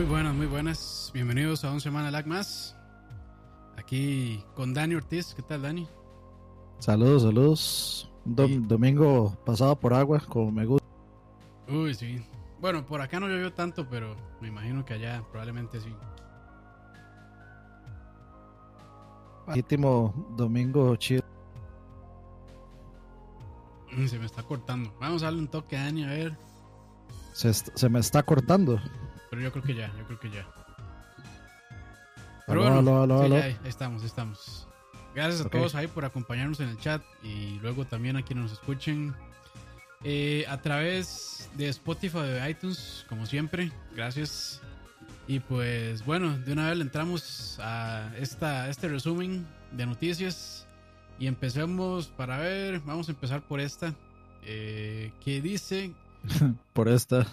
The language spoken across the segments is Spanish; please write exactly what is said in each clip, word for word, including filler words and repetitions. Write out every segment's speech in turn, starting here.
Muy buenas, muy buenas. Bienvenidos a un Semana Lag más. Aquí con Dani Ortiz. ¿Qué tal, Dani? Saludos, saludos. Un dom- Sí. domingo pasado por agua, como me gusta. Uy, sí. Bueno, por acá no llovió tanto, pero me imagino que allá probablemente sí. Último domingo chido. Mm, Se me está cortando. Vamos a darle un toque a Dani, a ver. Se, est- se me está cortando. Pero yo creo que ya, yo creo que ya. Pero Aló, bueno, aló, aló, sí, aló. ya, ahí estamos, ahí estamos. Gracias a Ok. todos ahí por acompañarnos en el chat y luego también a quienes nos escuchen eh, a través de Spotify o de iTunes, como siempre. Gracias. Y pues bueno, de una vez le entramos a esta, este resumen de noticias y empecemos para ver, vamos a empezar por esta, eh, que dice, Por esta.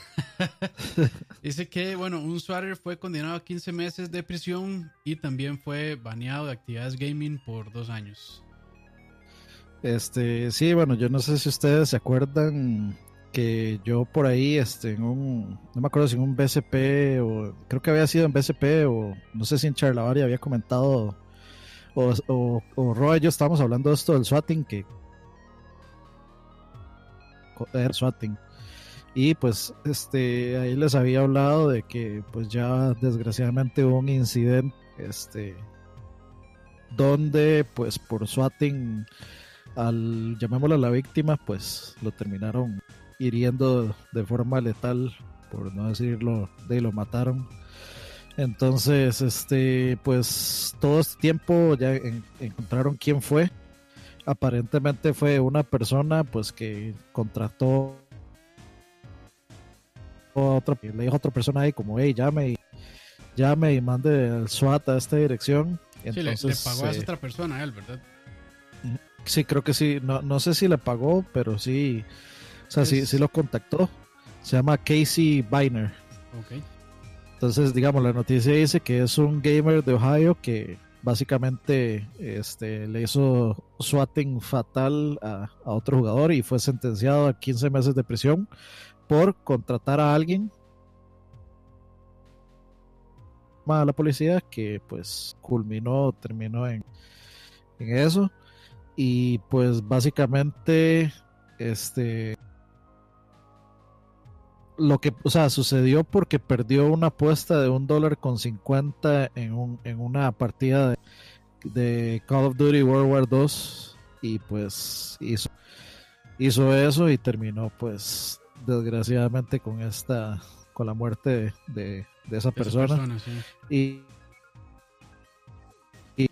dice que bueno, un usuario fue condenado a quince meses de prisión y también fue baneado de actividades gaming por dos años. Este, sí, bueno, yo no sé si ustedes se acuerdan que yo por ahí, este, en un, no me acuerdo si en un B S P o creo que había sido en B S P o no sé si en Charlavaria había comentado o, o, o Roa y yo estábamos hablando de esto del swatting, que era swatting. Y pues este ahí les había hablado de que pues ya desgraciadamente hubo un incidente este donde pues por swatting al llamémoslo a la víctima pues lo terminaron hiriendo de forma letal, por no decirlo, de lo mataron. Entonces este pues todo este tiempo ya en, encontraron quién fue. Aparentemente fue una persona pues que contrató a otra, le dijo a otra persona ahí como hey, llame y llame y mande el SWAT a esta dirección. Sí, le, Entonces le pagó a esa eh, otra persona a él, ¿verdad? sí, creo que sí, no, no sé si le pagó, pero sí, o sea, sí, Es- sí lo contactó. Se llama Casey Biner. Ok. Entonces, digamos, la noticia dice que es un gamer de Ohio que básicamente este, le hizo swatting fatal a, a otro jugador y fue sentenciado a quince meses de prisión por contratar a alguien a la policía que pues culminó, terminó en, en eso. Y pues básicamente este lo que, o sea, sucedió porque perdió una apuesta de un dólar con cincuenta en, un, en una partida de, de Call of Duty World War dos y pues hizo, hizo eso y terminó pues desgraciadamente con esta, con la muerte de, de, de esa Esa persona. persona, sí. Y, y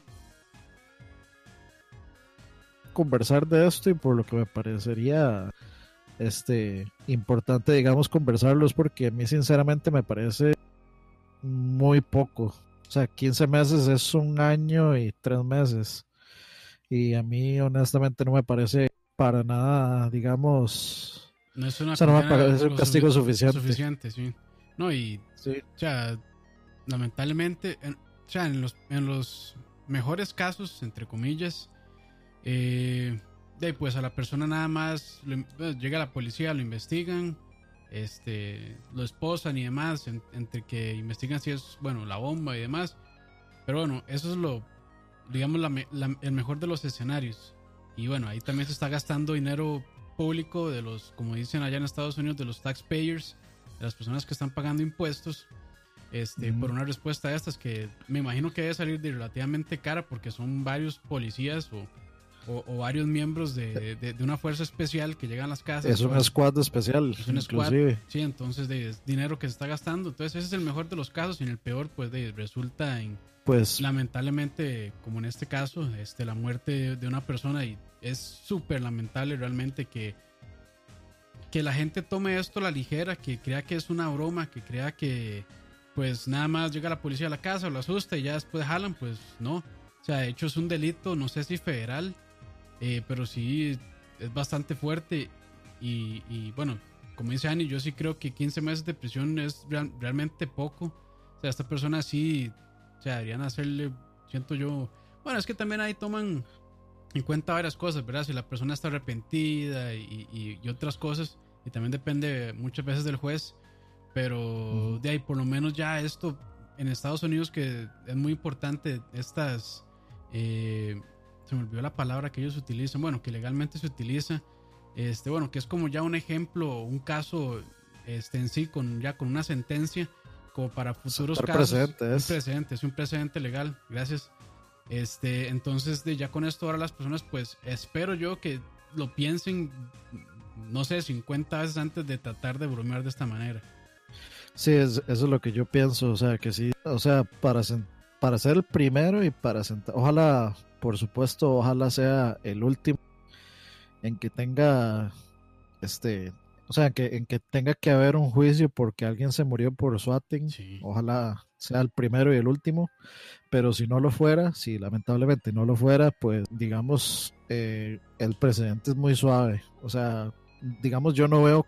conversar de esto y por lo que me parecería este importante, digamos, conversarlo es porque a mí sinceramente me parece muy poco. O sea, quince meses es un año y tres meses. Y a mí honestamente no me parece para nada, digamos, No es o una sea, no me condena parece un lo castigo sufi- suficiente. suficiente, sí. No, y, Sí, o sea, lamentablemente, en, o sea, en los, en los mejores casos, entre comillas, eh, de ahí, pues a la persona nada más lo in- pues, llega la policía, lo investigan, este, lo esposan y demás, en- entre que investigan si es, bueno, la bomba y demás. Pero bueno, eso es lo, digamos, la me- la- el mejor de los escenarios. Y bueno, ahí también se está gastando dinero público de los, como dicen allá en Estados Unidos, de los taxpayers, de las personas que están pagando impuestos, este, mm, por una respuesta de estas que me imagino que debe salir de relativamente cara porque son varios policías o, o, o varios miembros de, de, de una fuerza especial que llegan a las casas. es un Bueno, squad especial, es un squad, inclusive. sí, entonces de, es dinero que se está gastando. Entonces ese es el mejor de los casos y en el peor pues de, resulta en Pues lamentablemente, como en este caso, este, la muerte de una persona y es súper lamentable realmente que, que la gente tome esto a la ligera, que crea que es una broma, que crea que pues nada más llega la policía a la casa, lo asusta y ya después jalan, pues no. O sea, de hecho es un delito, no sé si federal, eh, pero sí es bastante fuerte y, y bueno, como dice Ani, yo sí creo que quince meses de prisión es real- realmente poco. O sea, esta persona sí, o sea, deberían hacerle, siento yo, bueno, es que también ahí toman en cuenta varias cosas, ¿verdad? Si la persona está arrepentida y, y, y otras cosas, y también depende muchas veces del juez, Pero uh-huh. de ahí por lo menos ya esto en Estados Unidos, que es muy importante, estas eh, se me olvidó la palabra que ellos utilizan, bueno, que legalmente se utiliza, este, bueno, que es como ya un ejemplo, un caso este, en sí, con ya con una sentencia, como para futuros Super casos. Precedente, es. Un precedente, es un precedente legal, gracias. Este, entonces de ya con esto ahora las personas, pues espero yo que lo piensen, no sé, cincuenta veces antes de tratar de bromear de esta manera. Sí, es, eso es lo que yo pienso, o sea, que sí, o sea, para, para ser el primero y para sentar, ojalá, por supuesto, ojalá sea el último en que tenga, este, o sea, que, en que tenga que haber un juicio porque alguien se murió por swatting, sí. Ojalá sea el primero y el último, pero si no lo fuera, si lamentablemente no lo fuera, pues digamos, eh, el precedente es muy suave, o sea, digamos, yo no veo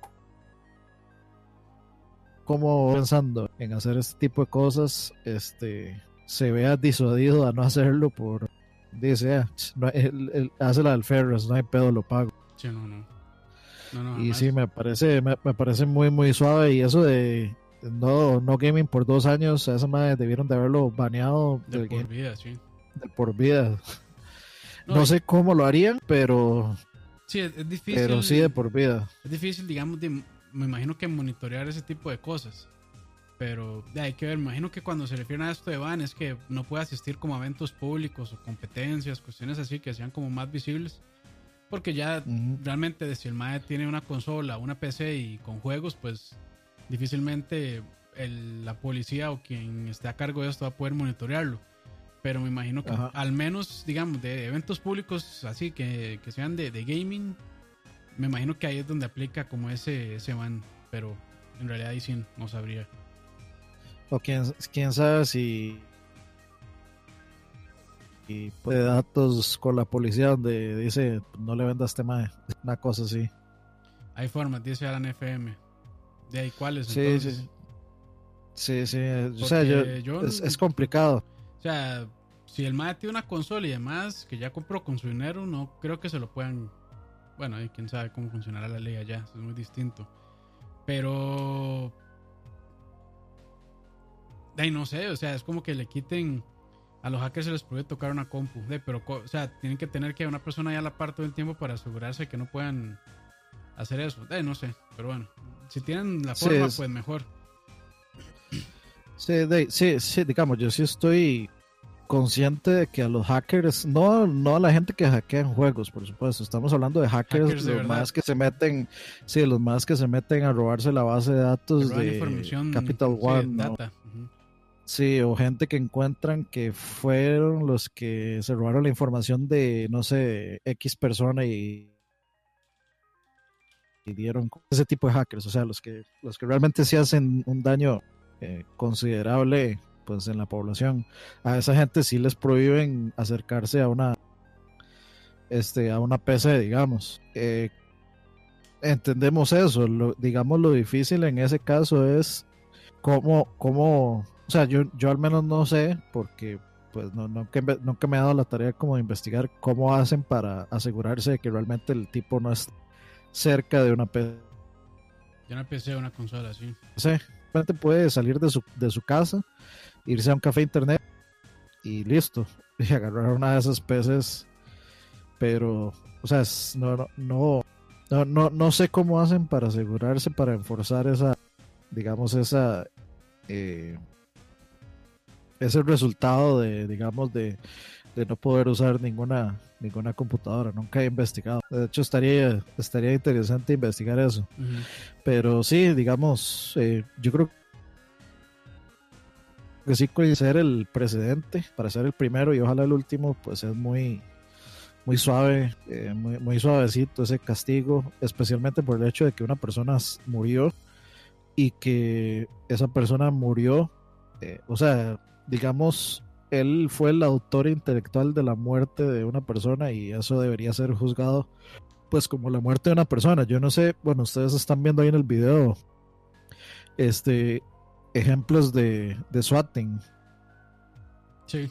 como pensando en hacer este tipo de cosas, este, se vea disuadido a no hacerlo por, dice, ah, no, él, él hace la del Ferris, no hay pedo, lo pago. Sí, no, no. no, no y sí, me parece, me, me parece muy, muy suave, y eso de no, no gaming por dos años, a esa madre debieron de haberlo baneado de del por game, vida, sí. De por vida. No, no y... sé cómo lo harían, pero sí, es, es difícil. Pero sí de por vida. Es difícil, digamos, de, me imagino que monitorear ese tipo de cosas. Pero ya, hay que ver, me imagino que cuando se refieren a esto de ban es que no puede asistir como a eventos públicos o competencias, cuestiones así que sean como más visibles. Porque ya uh-huh. realmente si el M A E tiene una consola, una P C y con juegos, pues difícilmente el, la policía o quien esté a cargo de esto va a poder monitorearlo. Pero me imagino que uh-huh. al menos, digamos, de eventos públicos así que, que sean de, de gaming, me imagino que ahí es donde aplica como ese, ese ban. Pero en realidad ahí sí no sabría. O quién, quién sabe si y puede datos con la policía donde dice no le vendas este mae, una cosa así. Hay formas, dice Alan F M. ¿De ahí cuáles? Sí, entonces? sí, sí, sí. O sea, yo, yo es, es complicado. O sea, si el mae tiene una consola y demás que ya compró con su dinero, no creo que se lo puedan. Bueno, y quién sabe cómo funcionará la ley allá, eso es muy distinto. Pero ay, no sé, o sea, es como que le quiten, a los hackers se les puede tocar una compu, de, pero, o sea, tienen que tener que una persona ahí a la par todo el tiempo para asegurarse que no puedan hacer eso, de, no sé, pero bueno, si tienen la forma, sí, es, pues mejor. Sí, de, sí, sí, digamos, yo sí estoy consciente de que a los hackers, no, no a la gente que hackea en juegos, por supuesto, estamos hablando de hackers, hackers de los más que se meten, sí, los más que se meten a robarse la base de datos de Capital One, sí, ¿no? Data. Uh-huh. Sí, o gente que encuentran que fueron los que se robaron la información de, no sé, X persona y, y dieron ese tipo de hackers, o sea, los que, los que realmente sí hacen un daño eh, considerable pues en la población. A esa gente sí les prohíben acercarse a una este a una P C, digamos. Eh, entendemos eso, lo, digamos lo difícil en ese caso es cómo, cómo o sea, yo, yo al menos no sé, porque pues no, no, que, nunca me he dado la tarea como de investigar cómo hacen para asegurarse de que realmente el tipo no es cerca de una P C. De una P C o una consola, sí. Sí, realmente puede salir de su, de su casa, irse a un café internet y listo, y agarrar una de esas P Cs, pero, o sea, es, no, no, no, no, no sé cómo hacen para asegurarse, para enforzar esa, digamos, esa, eh, ese resultado de, digamos, de, de no poder usar ninguna, ninguna computadora. Nunca he investigado. De hecho, estaría, estaría interesante investigar eso. Uh-huh. Pero sí, digamos, eh, yo creo que sí, ser el precedente para ser el primero y ojalá el último, pues es muy, muy suave, eh, muy, muy suavecito ese castigo, especialmente por el hecho de que una persona murió y que esa persona murió, eh, o sea, digamos, él fue el autor intelectual de la muerte de una persona y eso debería ser juzgado pues como la muerte de una persona. Yo no sé, bueno, ustedes están viendo ahí en el video este ejemplos de, de swatting. Sí.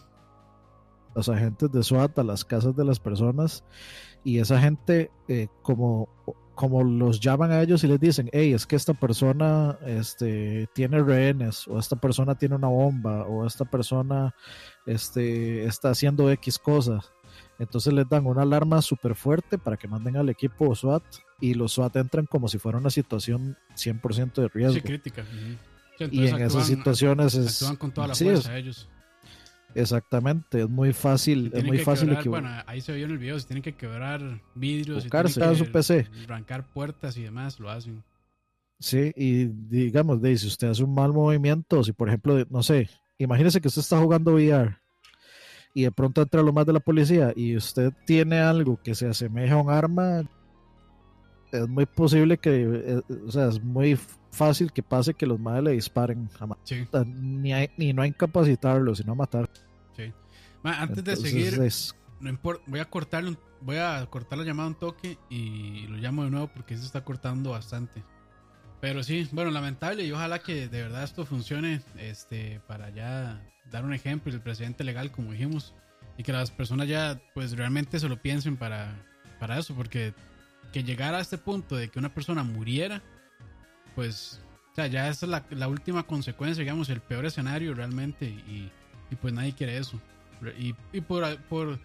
Los agentes de SWAT a las casas de las personas y esa gente eh, como como los llaman a ellos y les dicen, hey, es que esta persona este, tiene rehenes, o esta persona tiene una bomba, o esta persona este, está haciendo X cosas. Entonces les dan una alarma súper fuerte para que manden al equipo SWAT, y los SWAT entran como si fuera una situación cien por ciento de riesgo. Sí, crítica. Uh-huh. Sí, y en actúan, esas situaciones actúan es... Actúan con toda la sí, fuerza es, ellos. Exactamente, es muy fácil, es muy que fácil quebrar, que... Bueno, ahí se vio en el video, si tienen que quebrar vidrios, si tienen que su P C, arrancar puertas y demás, lo hacen. Sí, y digamos, de, si usted hace un mal movimiento, si por ejemplo, no sé, imagínese que usted está jugando V R y de pronto entra lo más de la policía y usted tiene algo que se asemeja a un arma, es muy posible que, eh, o sea, es muy fácil que pase que los madres le disparen a matar. Sí. Ni, hay, ni no a incapacitarlo, sino a matar. Sí. Ma, antes Entonces, de seguir, es... no importa, voy a cortarle, voy a cortar la llamada un toque y lo llamo de nuevo porque se está cortando bastante. Pero sí, bueno, lamentable, y ojalá que de verdad esto funcione, este, para ya dar un ejemplo, el precedente legal, como dijimos, y que las personas ya pues realmente se lo piensen para, para eso, porque que llegara a este punto de que una persona muriera, pues, o sea, ya esa es la, la última consecuencia, digamos, el peor escenario realmente, y, y pues nadie quiere eso. Y, y por, por,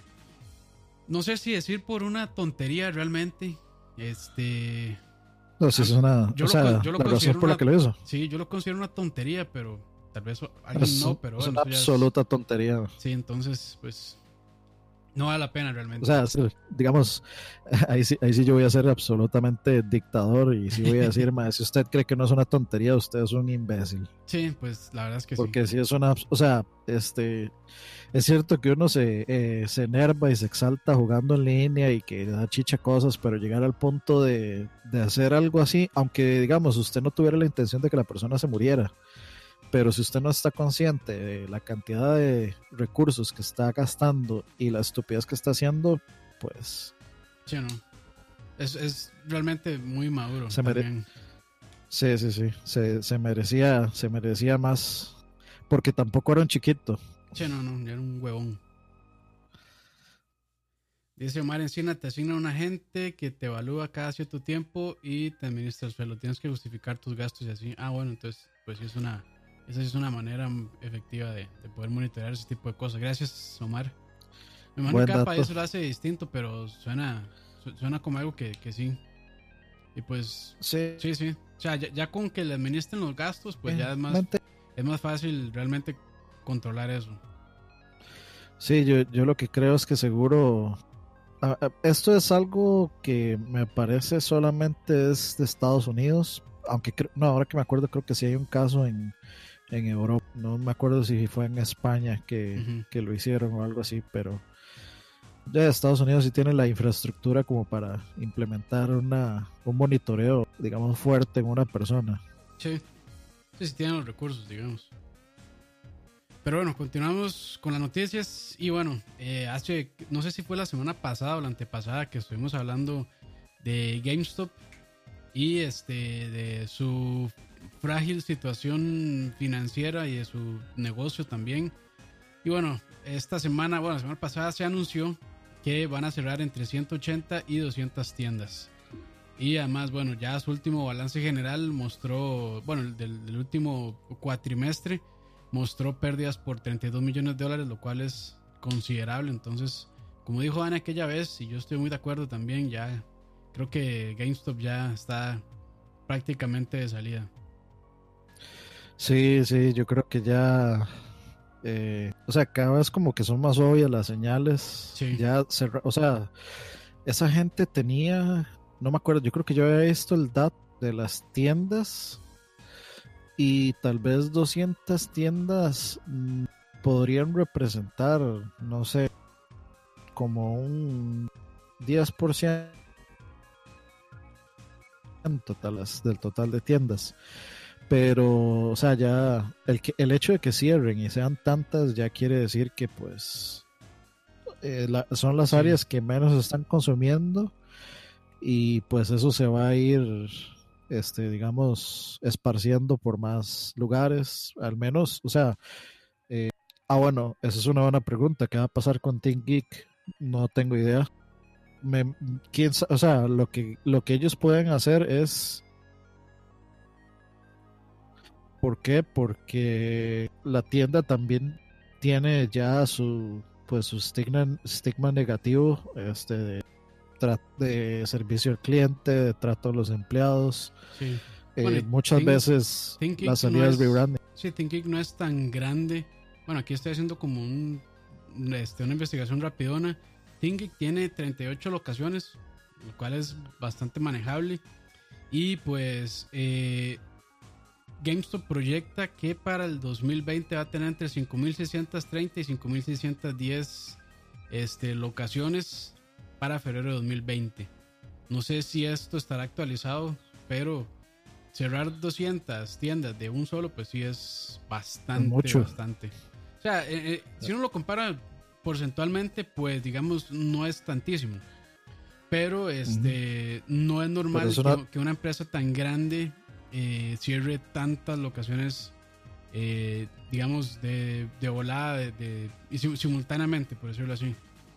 no sé si decir por una tontería realmente, este... No, si es una, yo o sea, lo, yo lo la razón por una, la que lo hizo. Sí, yo lo considero una tontería, pero tal vez alguien es, no, pero es bueno, una absoluta es, tontería. Sí, entonces, pues, no vale la pena realmente. O sea, sí, digamos, ahí sí, ahí sí yo voy a ser absolutamente dictador y sí voy a decir, ma, si usted cree que no es una tontería, usted es un imbécil. Sí, pues la verdad es que Porque sí. si es una, o sea, este, es cierto que uno se, eh, se enerva y se exalta jugando en línea y que da chicha cosas, pero llegar al punto de, de hacer algo así, aunque digamos usted no tuviera la intención de que la persona se muriera, pero si usted no está consciente de la cantidad de recursos que está gastando y la estupidez que está haciendo, pues... Sí, no. Es, es realmente muy maduro. Se mere... Sí, sí, sí. Se, se, merecía, se merecía más, porque tampoco era un chiquito. Sí, no, no, ya era un huevón. Dice Omar Encina, te asigna un agente que te evalúa cada cierto tiempo y te administra el sueldo. Tienes que justificar tus gastos y así. Ah, bueno, entonces, pues sí es una... Esa es una manera efectiva de, de poder monitorear ese tipo de cosas. Gracias, Omar. Me imagino que cada país lo hace distinto, pero suena, suena como algo que, que sí. Y pues, sí, sí, sí. O sea, ya, ya con que le administren los gastos, pues eh, ya es más, es más fácil realmente controlar eso. Sí, yo, yo lo que creo es que seguro... A, a, esto es algo que me parece solamente es de Estados Unidos. Aunque, cre- no, ahora que me acuerdo, creo que sí hay un caso en... en Europa, no me acuerdo si fue en España que, uh-huh. que lo hicieron o algo así, pero ya Estados Unidos sí tiene la infraestructura como para implementar una, un monitoreo, digamos, fuerte en una persona. Sí, sí, sí tienen los recursos, digamos. Pero bueno, continuamos con las noticias y bueno, eh, hace, no sé si fue la semana pasada o la antepasada que estuvimos hablando de GameStop y este de su frágil situación financiera y de su negocio también. Y bueno, esta semana, bueno, la semana pasada se anunció que van a cerrar entre ciento ochenta y doscientas tiendas. Y además, bueno, ya su último balance general mostró, bueno, del, del último cuatrimestre mostró pérdidas por treinta y dos millones de dólares, lo cual es considerable. Entonces, como dijo Ana aquella vez, y yo estoy muy de acuerdo también, ya creo que GameStop ya está prácticamente de salida. Sí, sí, yo creo que ya, eh, o sea, cada vez como que son más obvias las señales. Sí. Ya, se, o sea, esa gente tenía, no me acuerdo, yo creo que yo había visto el dato de las tiendas y tal vez doscientas tiendas mmm, podrían representar, no sé, como un diez por ciento totales, del total de tiendas. Pero, o sea, ya el, que, el hecho de que cierren y sean tantas ya quiere decir que pues eh, la, son las sí. áreas que menos están consumiendo y pues eso se va a ir, este, digamos, esparciendo por más lugares, al menos, o sea, eh, ah bueno, esa es una buena pregunta, ¿qué va a pasar con ThinkGeek? No tengo idea. me, quién, o sea, lo que, lo que ellos pueden hacer es... ¿Por qué? Porque la tienda también tiene ya su, pues, su estigma, estigma negativo este, de, de servicio al cliente, de trato a los empleados. Sí. Eh, Bueno, muchas Think, veces ThinkGeek la salida no es es rebranding. Sí, ThinkGeek no es tan grande. Bueno, aquí estoy haciendo como un, este, una investigación rapidona. ThinkGeek tiene treinta y ocho locaciones, lo cual es bastante manejable. Y pues eh, GameStop proyecta que para el dos mil veinte va a tener entre cinco mil seiscientos treinta y cinco mil seiscientos diez este, locaciones para febrero de dos mil veinte. No sé si esto estará actualizado, pero cerrar doscientas tiendas de un solo, pues sí es bastante, Mucho. bastante. O sea, eh, eh, si uno lo compara porcentualmente, pues digamos, no es tantísimo. Pero este uh-huh. no es normal es una... que, que una empresa tan grande eh, cierre tantas locaciones, eh, digamos, de, de volada, de, de, y simultáneamente, por decirlo así.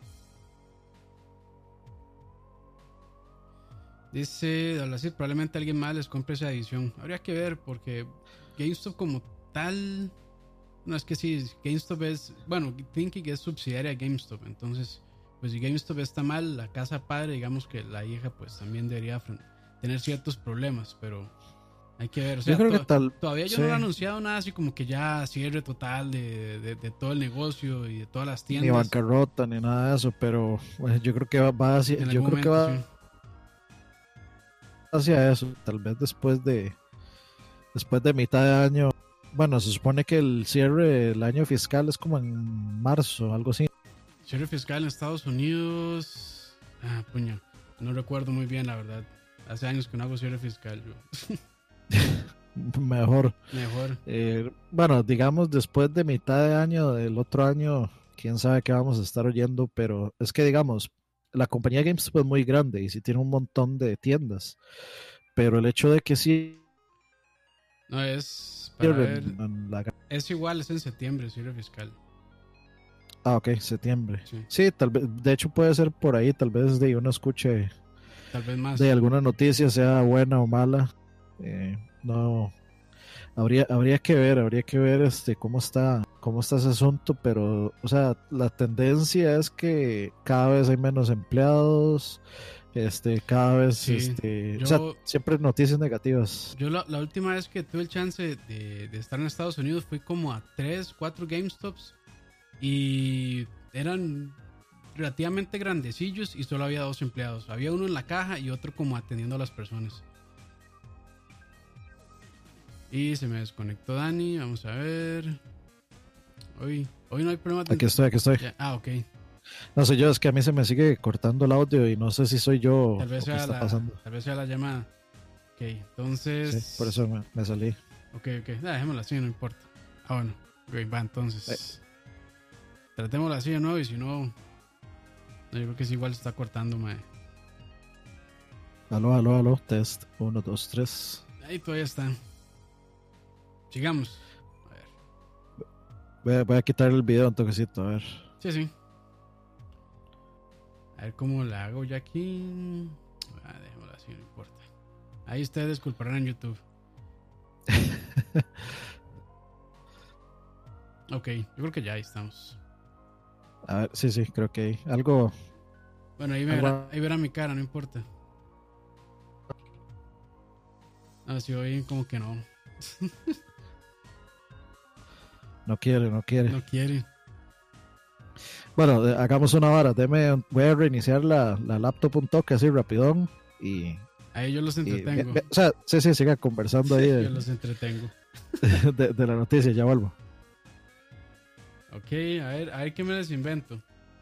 Dice, así, probablemente alguien más les compre esa edición. Habría que ver, porque GameStop como tal... No, es que sí, GameStop es... Bueno, ThinkGeek es subsidiaria de GameStop, entonces... Pues si GameStop está mal, la casa padre, digamos que la hija pues también debería tener ciertos problemas, pero hay que ver. O sea, yo creo to- que tal, todavía yo sí. no he anunciado nada así como que ya cierre total de, de, de todo el negocio y de todas las tiendas. Ni bancarrota ni nada de eso, pero bueno, yo creo que va, va hacia, yo creo momento, que va sí. hacia eso. Tal vez después de después de mitad de año. Bueno, se supone que el cierre del año fiscal es como en marzo, algo así. Cierre fiscal en Estados Unidos. Ah, puño. No recuerdo muy bien, la verdad. Hace años que no hago cierre fiscal. Yo. Mejor. Mejor. Eh, bueno, digamos después de mitad de año del otro año, quién sabe qué vamos a estar oyendo, pero es que digamos, la compañía GameStop es muy grande y sí tiene un montón de tiendas. Pero el hecho de que sí. No, es. Para ver, la... es igual, es en septiembre, cierre fiscal. Ah, ok, septiembre. Sí. sí, tal vez, de hecho puede ser por ahí, tal vez de uno escuche tal vez más de alguna noticia, sea buena o mala. Eh, no, habría, habría que ver, habría que ver este cómo está, cómo está ese asunto, pero, o sea, la tendencia es que cada vez hay menos empleados, este, cada vez, sí, este, yo, o sea, siempre noticias negativas. Yo la, la última vez que tuve el chance de, de estar en Estados Unidos fui como a tres, cuatro GameStops. Y eran relativamente grandecillos y solo había dos empleados. Había uno en la caja y otro como atendiendo a las personas. Y se me desconectó Dani. Vamos a ver. Hoy, hoy no hay problema. De... Aquí estoy, aquí estoy. Ya, ah, ok. No sé yo, es que a mí se me sigue cortando el audio y no sé si soy yo tal vez o sea qué está la, pasando. Tal vez sea la llamada. Ok, entonces... Sí, por eso me, me salí. Ok, ok. Ah, dejémosla así, no importa. Ah, bueno. Ok, va, entonces... Eh. Tratémosla así de nuevo y si no... No, yo creo que es igual se está cortando, mae. Aló, aló, aló. Test. Uno, dos, tres. Ahí todavía está. Sigamos. A ver. Voy a, voy a quitar el video un toquecito, a ver. Sí, sí. A ver cómo la hago ya aquí. Ah, dejémosla así, no importa. Ahí ustedes disculparán en YouTube. Ok, yo creo que ya ahí estamos. A ver, sí, sí, creo que hay algo. Bueno, ahí, me verá, ahí verá mi cara, no importa. Ah, si oyen como que no. No quiere, no quiere. No quiere. Bueno, de, hagamos una vara. Deme, voy a reiniciar la, la laptop un toque así rapidón y... Ahí yo los entretengo. Y, ve, ve, o sea, sí, sí, siga conversando sí, ahí. Yo de, los entretengo. De, de la noticia, ya vuelvo. Ok, a ver, a ver qué me les invento.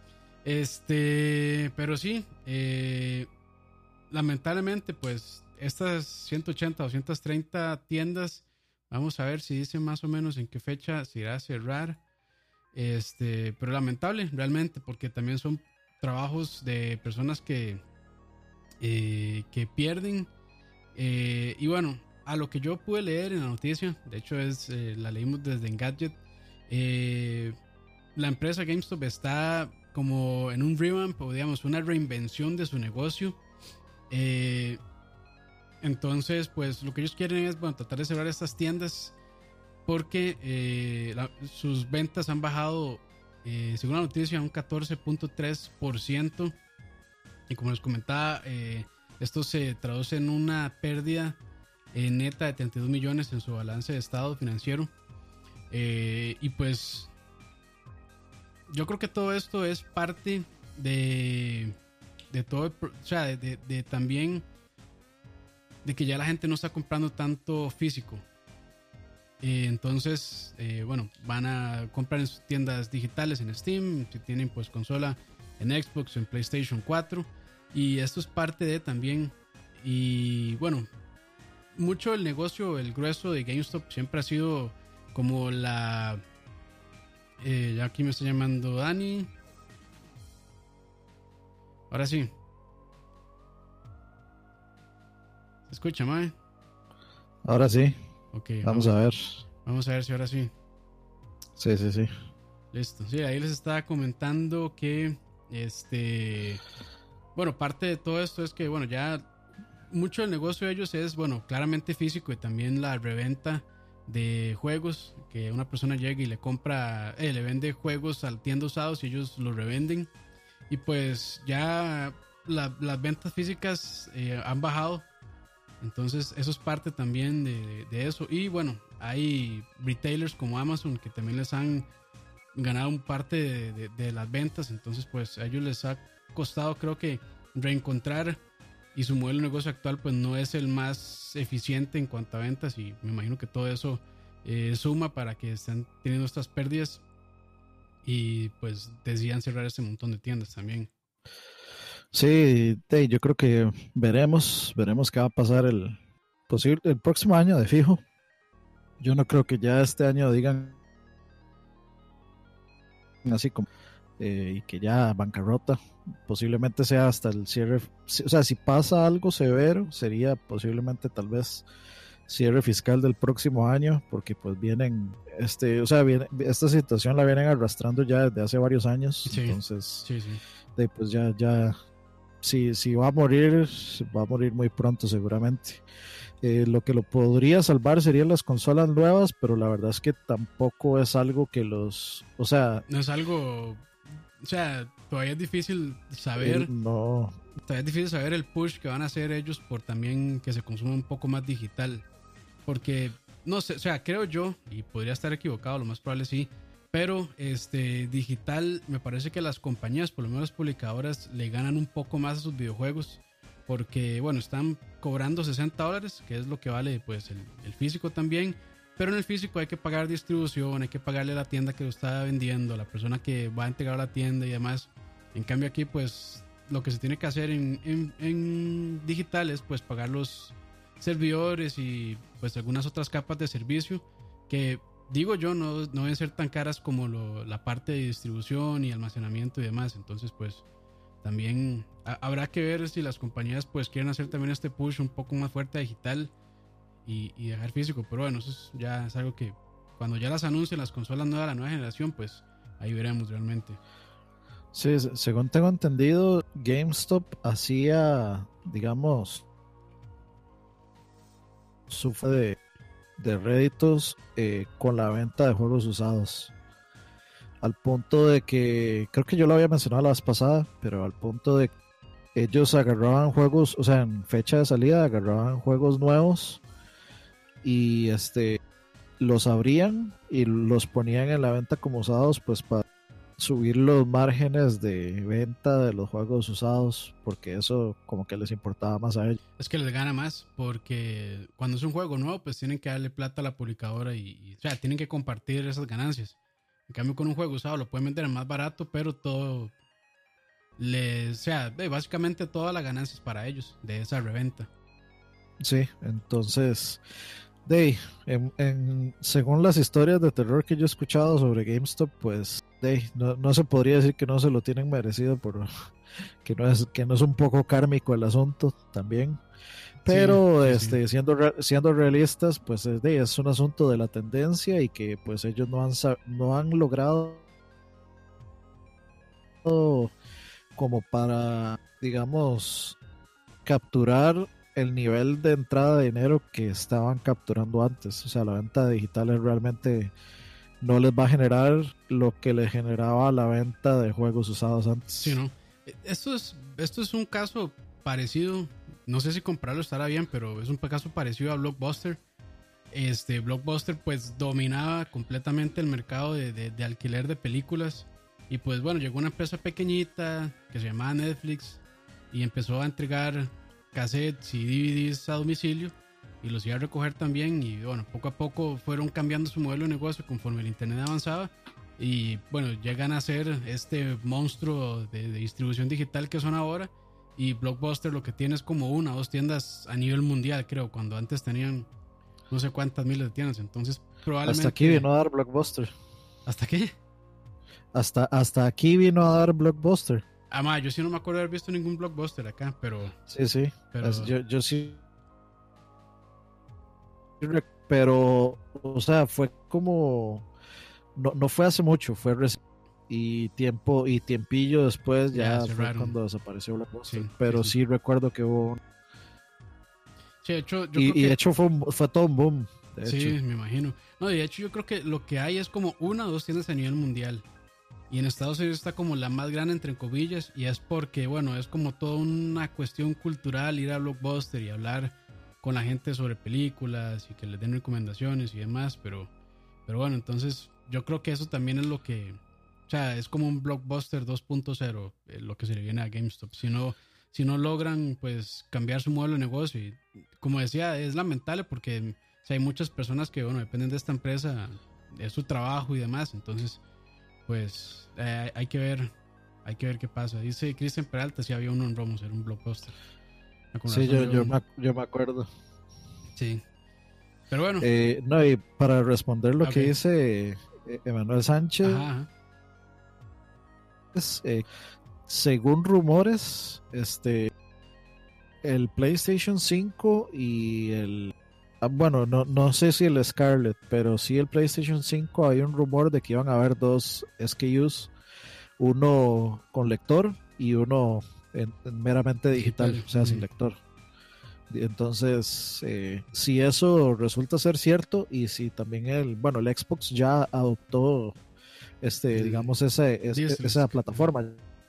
Este, pero sí, eh, lamentablemente, pues, estas ciento ochenta, doscientas treinta tiendas, vamos a ver si dice más o menos en qué fecha se irá a cerrar. Este, pero lamentable, realmente, porque también son trabajos de personas que, eh, que pierden. Eh, y bueno, a lo que yo pude leer en la noticia, de hecho es eh, la leímos desde Engadget. Eh, la empresa GameStop está como en un revamp o digamos una reinvención de su negocio. Eh, entonces, pues lo que ellos quieren es, bueno, tratar de cerrar estas tiendas porque eh, la, sus ventas han bajado, eh, según la noticia, un catorce punto tres por ciento. Y como les comentaba, eh, esto se traduce en una pérdida eh, neta de treinta y dos millones en su balance de estado financiero. Eh, y pues yo creo que todo esto es parte de, de todo, el, o sea, de, de, de también de que ya la gente no está comprando tanto físico. Eh, entonces, eh, bueno, van a comprar en sus tiendas digitales, en Steam, si tienen pues consola, en Xbox o en PlayStation cuatro. Y esto es parte de también. Y bueno, mucho del negocio, el grueso de GameStop siempre ha sido como la... Eh, ya aquí me está llamando Dani. Ahora sí. ¿Se escucha, mae? Ahora sí. Okay, vamos, vamos a ver. Vamos a ver si ahora sí. Sí, sí, sí. Listo. Sí, ahí les estaba comentando que este... Bueno, parte de todo esto es que, bueno, ya mucho del negocio de ellos es, bueno, claramente físico y también la reventa de juegos, que una persona llega y le compra, eh, le vende juegos al tienda usados y ellos los revenden. Y pues ya la, las ventas físicas eh, han bajado. Entonces eso es parte también de, de eso. Y bueno, hay retailers como Amazon que también les han ganado un parte de, de, de las ventas. Entonces pues a ellos les ha costado, creo que, reencontrar, y su modelo de negocio actual pues no es el más eficiente en cuanto a ventas, y me imagino que todo eso eh, suma para que estén teniendo estas pérdidas y pues decidan cerrar este montón de tiendas también. Sí, hey, yo creo que veremos, veremos qué va a pasar el, posible, el próximo año de fijo. Yo no creo que ya este año digan así como eh, y que ya bancarrota. Posiblemente sea hasta el cierre, o sea, si pasa algo severo sería posiblemente tal vez cierre fiscal del próximo año, porque pues vienen este, o sea, viene, esta situación la vienen arrastrando ya desde hace varios años. Sí, entonces sí, sí. De, pues ya ya si, si va a morir, va a morir muy pronto seguramente. Eh, lo que lo podría salvar serían las consolas nuevas, pero la verdad es que tampoco es algo que los, o sea, no es algo, o sea, todavía es difícil saber, eh, no, todavía es difícil saber el push que van a hacer ellos por también que se consuma un poco más digital, porque no sé, o sea, creo yo, y podría estar equivocado, lo más probable sí, pero este digital me parece que las compañías, por lo menos las publicadoras, le ganan un poco más a sus videojuegos. Porque, bueno, están cobrando sesenta dólares, que es lo que vale pues el, el físico también. Pero en el físico hay que pagar distribución, hay que pagarle a la tienda que lo está vendiendo, a la persona que va a entregar a la tienda y demás. En cambio aquí, pues, lo que se tiene que hacer en, en, en digital es pues pagar los servidores y pues algunas otras capas de servicio que, digo yo, no, no deben ser tan caras como lo, la parte de distribución y almacenamiento y demás. Entonces, pues... También a- habrá que ver si las compañías pues quieren hacer también este push un poco más fuerte a digital y, y dejar físico. Pero bueno, eso es, ya es algo que cuando ya las anuncien las consolas nuevas, la nueva generación, pues ahí veremos realmente. Sí, según tengo entendido, GameStop hacía, digamos, sufre de, de réditos eh, con la venta de juegos usados. Al punto de que, creo que yo lo había mencionado la vez pasada, pero al punto de que ellos agarraban juegos, o sea, en fecha de salida agarraban juegos nuevos y este los abrían y los ponían en la venta como usados, pues para subir los márgenes de venta de los juegos usados, porque eso como que les importaba más a ellos. Es que les gana más porque cuando es un juego nuevo, pues tienen que darle plata a la publicadora y, y o sea, tienen que compartir esas ganancias. En cambio, con un juego usado lo pueden vender más barato, pero todo les, o sea, básicamente toda la ganancia es para ellos de esa reventa. Sí, entonces, de, en, en, según las historias de terror que yo he escuchado sobre GameStop, pues de, no, no se podría decir que no se lo tienen merecido, por que no es que no es un poco kármico el asunto también. Pero sí, sí, este sí. siendo siendo realistas, pues es, de, es un asunto de la tendencia y que pues ellos no han no han logrado como para, digamos, capturar el nivel de entrada de dinero que estaban capturando antes. O sea, la venta digital es realmente no les va a generar lo que les generaba la venta de juegos usados antes. Sí, ¿no? Esto es, esto es un caso parecido, no sé si comprarlo estará bien, pero es un caso parecido a Blockbuster. Este, Blockbuster pues dominaba completamente el mercado de, de, de alquiler de películas. Y pues bueno, llegó una empresa pequeñita que se llamaba Netflix y empezó a entregar cassettes y D V Ds a domicilio y los iba a recoger también. Y bueno, poco a poco fueron cambiando su modelo de negocio conforme el internet avanzaba. Y bueno, llegan a ser este monstruo de, de distribución digital que son ahora. Y Blockbuster lo que tiene es como una o dos tiendas a nivel mundial, creo, cuando antes tenían no sé cuántas miles de tiendas. Entonces probablemente... Hasta aquí vino a dar Blockbuster. ¿Hasta qué? Hasta, hasta aquí vino a dar Blockbuster. Ah, ma, yo sí no me acuerdo de haber visto ningún Blockbuster acá, pero... Sí, sí. Pero... Es, yo, yo sí. Pero, o sea, fue como... No, no fue hace mucho, fue recién. Y tiempo y tiempillo después ya, ya fue cuando desapareció Blockbuster. Sí, pero sí, sí. sí recuerdo que hubo... Sí, de hecho, yo y, creo y que... de hecho fue, un, fue todo un boom. De sí, hecho. me imagino. No, de hecho yo creo que lo que hay es como una o dos tiendas a nivel mundial. Y en Estados Unidos está como la más grande entre comillas. Y es porque, bueno, es como toda una cuestión cultural ir a Blockbuster y hablar con la gente sobre películas y que les den recomendaciones y demás. Pero, pero bueno, entonces yo creo que eso también es lo que... O sea, es como un Blockbuster dos punto cero, eh, lo que se le viene a GameStop. Si no, si no logran pues cambiar su modelo de negocio. Y como decía, es lamentable porque o sea, hay muchas personas que, bueno, dependen de esta empresa, de su trabajo y demás. Entonces, pues eh, hay que ver, hay que ver qué pasa. Dice Cristian Peralta, si había uno en Romos, era un Blockbuster. Sí, yo, yo, me, yo me acuerdo. Sí. Pero bueno. Eh, no, y para responder lo okay. que dice eh, Emanuel Sánchez, ajá, ajá. Es, eh, según rumores, este el PlayStation cinco y el ah, bueno, no, no sé si el Scarlett, pero sí el PlayStation cinco hay un rumor de que iban a haber dos S K Us, uno con lector y uno en, en meramente digital, digital, o sea, uh-huh. sin lector. Entonces, eh, si eso resulta ser cierto y si también el, bueno, el Xbox ya adoptó este, el, digamos, esa, es, esa plataforma.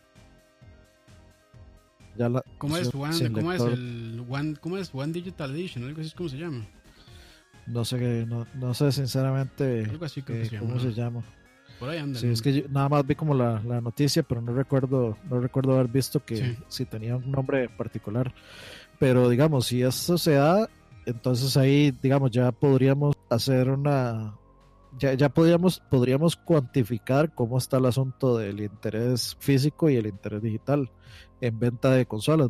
Ya la, ¿Cómo es One, ¿cómo es el One, cómo es One Digital Edition? Algo así es como se llama. No sé, no, no sé sinceramente algo así creo eh, que se cómo llama, se ¿no? llama. Por ahí anda. Sí, es que yo nada más vi como la, la noticia, pero no recuerdo, no recuerdo haber visto que sí. si tenía un nombre particular. Pero digamos, si eso se da, entonces ahí, digamos, ya podríamos hacer una, ya, ya podríamos, podríamos cuantificar cómo está el asunto del interés físico y el interés digital en venta de consolas.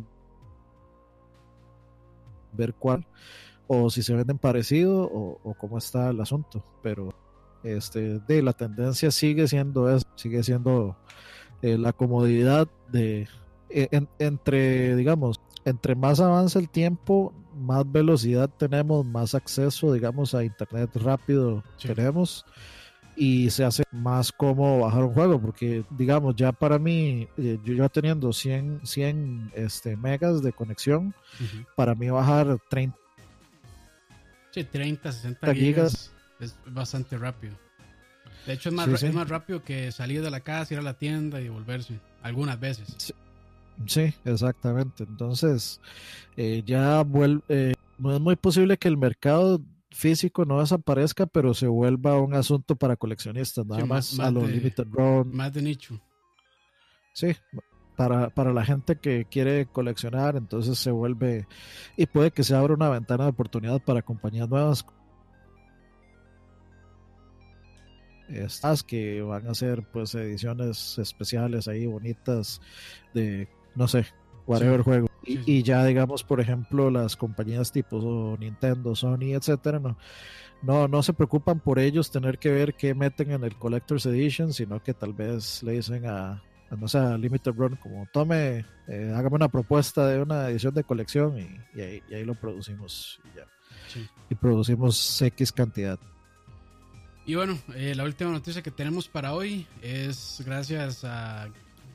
Ver cuál, o si se venden parecido, o, o cómo está el asunto. Pero este, de la tendencia sigue siendo eso, sigue siendo eh, la comodidad de en, entre, digamos, entre más avanza el tiempo, más velocidad tenemos, más acceso, digamos, a internet rápido sí. tenemos, y se hace más cómodo bajar un juego, porque, digamos, ya para mí, eh, yo ya teniendo cien, cien este, megas de conexión, uh-huh. para mí bajar treinta, sí, treinta, sesenta gigas es bastante rápido. De hecho, es más, sí, sí. es más rápido que salir de la casa, ir a la tienda y volverse, algunas veces. Sí. Sí, exactamente. Entonces, eh, ya vuelve, eh, no es muy posible que el mercado físico no desaparezca, pero se vuelva un asunto para coleccionistas, nada sí, más, más a lo limited run. Más de nicho. Sí, para, para la gente que quiere coleccionar, entonces se vuelve, y puede que se abra una ventana de oportunidad para compañías nuevas. Estas que van a hacer pues ediciones especiales ahí bonitas de no sé, whatever sí, juego. Y, sí, sí. y ya digamos, por ejemplo, las compañías tipo Nintendo, Sony, etcétera, no, no, no se preocupan por ellos tener que ver qué meten en el Collector's Edition, sino que tal vez le dicen a, a no sé, a Limited Run, como tome, eh, hágame una propuesta de una edición de colección y, y, ahí, y ahí lo producimos y ya. Sí. Y producimos X cantidad. Y bueno, eh, la última noticia que tenemos para hoy es gracias a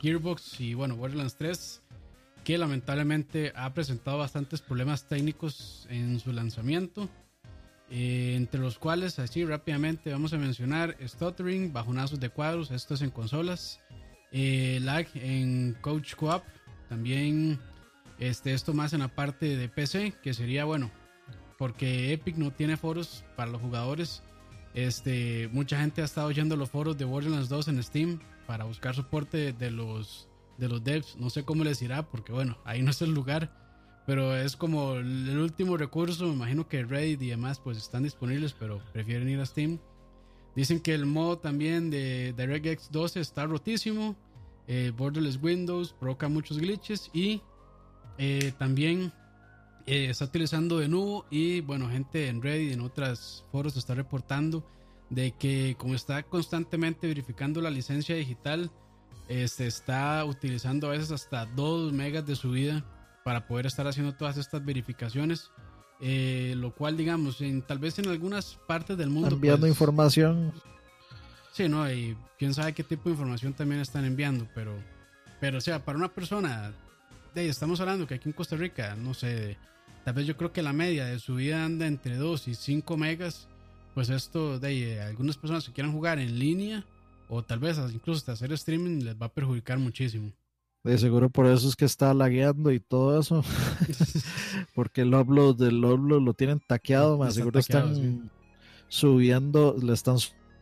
Gearbox y bueno, Borderlands tres, que lamentablemente ha presentado bastantes problemas técnicos en su lanzamiento, eh, entre los cuales así rápidamente vamos a mencionar stuttering, bajonazos de cuadros, esto es en consolas, eh, lag en Couch Co-op, también este, esto más en la parte de P C, que sería bueno, porque Epic no tiene foros para los jugadores. Este, mucha gente ha estado yendo a los foros de Borderlands dos en Steam para buscar soporte de los, de los devs. No sé cómo les irá, porque bueno, ahí no es el lugar, pero es como el último recurso. Me imagino que Reddit y demás pues están disponibles, pero prefieren ir a Steam. Dicen que el modo también de DirectX doce está rotísimo. eh, Borderless Windows provoca muchos glitches y eh, también eh, está utilizando Denuvo. Y bueno, gente en Reddit y en otros foros está reportando de que como está constantemente verificando la licencia digital, eh, se está utilizando a veces hasta dos megas de subida para poder estar haciendo todas estas verificaciones, eh, lo cual digamos en, tal vez en algunas partes del mundo enviando pues, información. Sí, no, y quién sabe qué tipo de información también están enviando, pero, pero o sea, para una persona, de, estamos hablando que aquí en Costa Rica, no sé, de, tal vez yo creo que la media de subida anda entre dos y cinco megas, pues esto de eh, algunas personas que quieran jugar en línea o tal vez incluso hasta hacer streaming les va a perjudicar muchísimo. De seguro por eso es que está lagueando y todo eso. Porque el upload del upload lo tienen taqueado, más seguro taqueado, están sí. subiendo, le están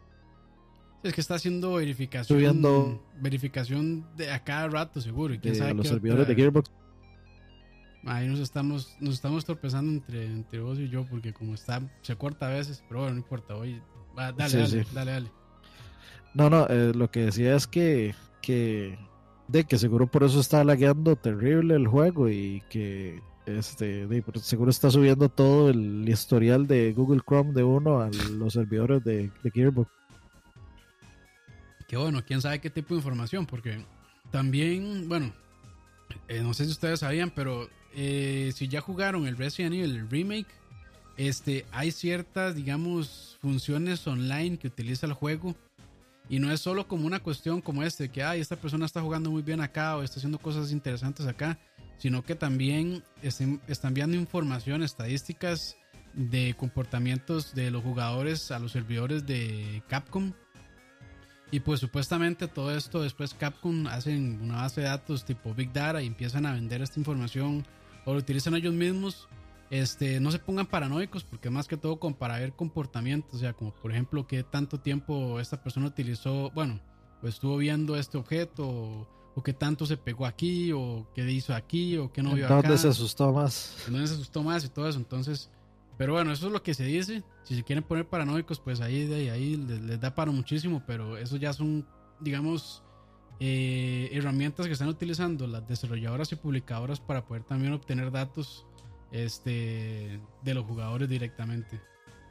Es que está haciendo verificación subiendo verificación de a cada rato seguro. ¿Y quién de, sabe a los qué servidores otra... de Gearbox. Ahí nos estamos, nos estamos tropezando entre, entre vos y yo, porque como está, se corta a veces, pero bueno, no importa. Hoy, va, dale, Sí, dale, sí. dale, dale. No, no, eh, lo que decía es que, que de que seguro por eso está lagueando terrible el juego y que este de, seguro está subiendo todo el historial de Google Chrome de uno a los servidores de, de Gearbox. Que bueno, quién sabe qué tipo de información, porque también, bueno, eh, no sé si ustedes sabían, pero eh, si ya jugaron el Resident Evil el remake, este, hay ciertas, digamos, funciones online que utiliza el juego. Y no es solo como una cuestión como este, que ay, esta persona está jugando muy bien acá o está haciendo cosas interesantes acá, sino que también estén, están enviando información, estadísticas de comportamientos de los jugadores a los servidores de Capcom. Y pues supuestamente todo esto después Capcom hacen una base de datos tipo Big Data y empiezan a vender esta información o lo utilizan ellos mismos. Este, no se pongan paranoicos porque más que todo con para ver comportamientos, o sea, como por ejemplo qué tanto tiempo esta persona utilizó, bueno, pues estuvo viendo este objeto o, o qué tanto se pegó aquí o qué hizo aquí o qué no vio acá. ¿Dónde se asustó más? ¿Dónde se asustó más y todo eso? Entonces, pero bueno, eso es lo que se dice. Si se quieren poner paranoicos, pues ahí, de ahí les, les da para muchísimo, pero eso ya son, digamos, eh, herramientas que están utilizando las desarrolladoras y publicadoras para poder también obtener datos este de los jugadores directamente.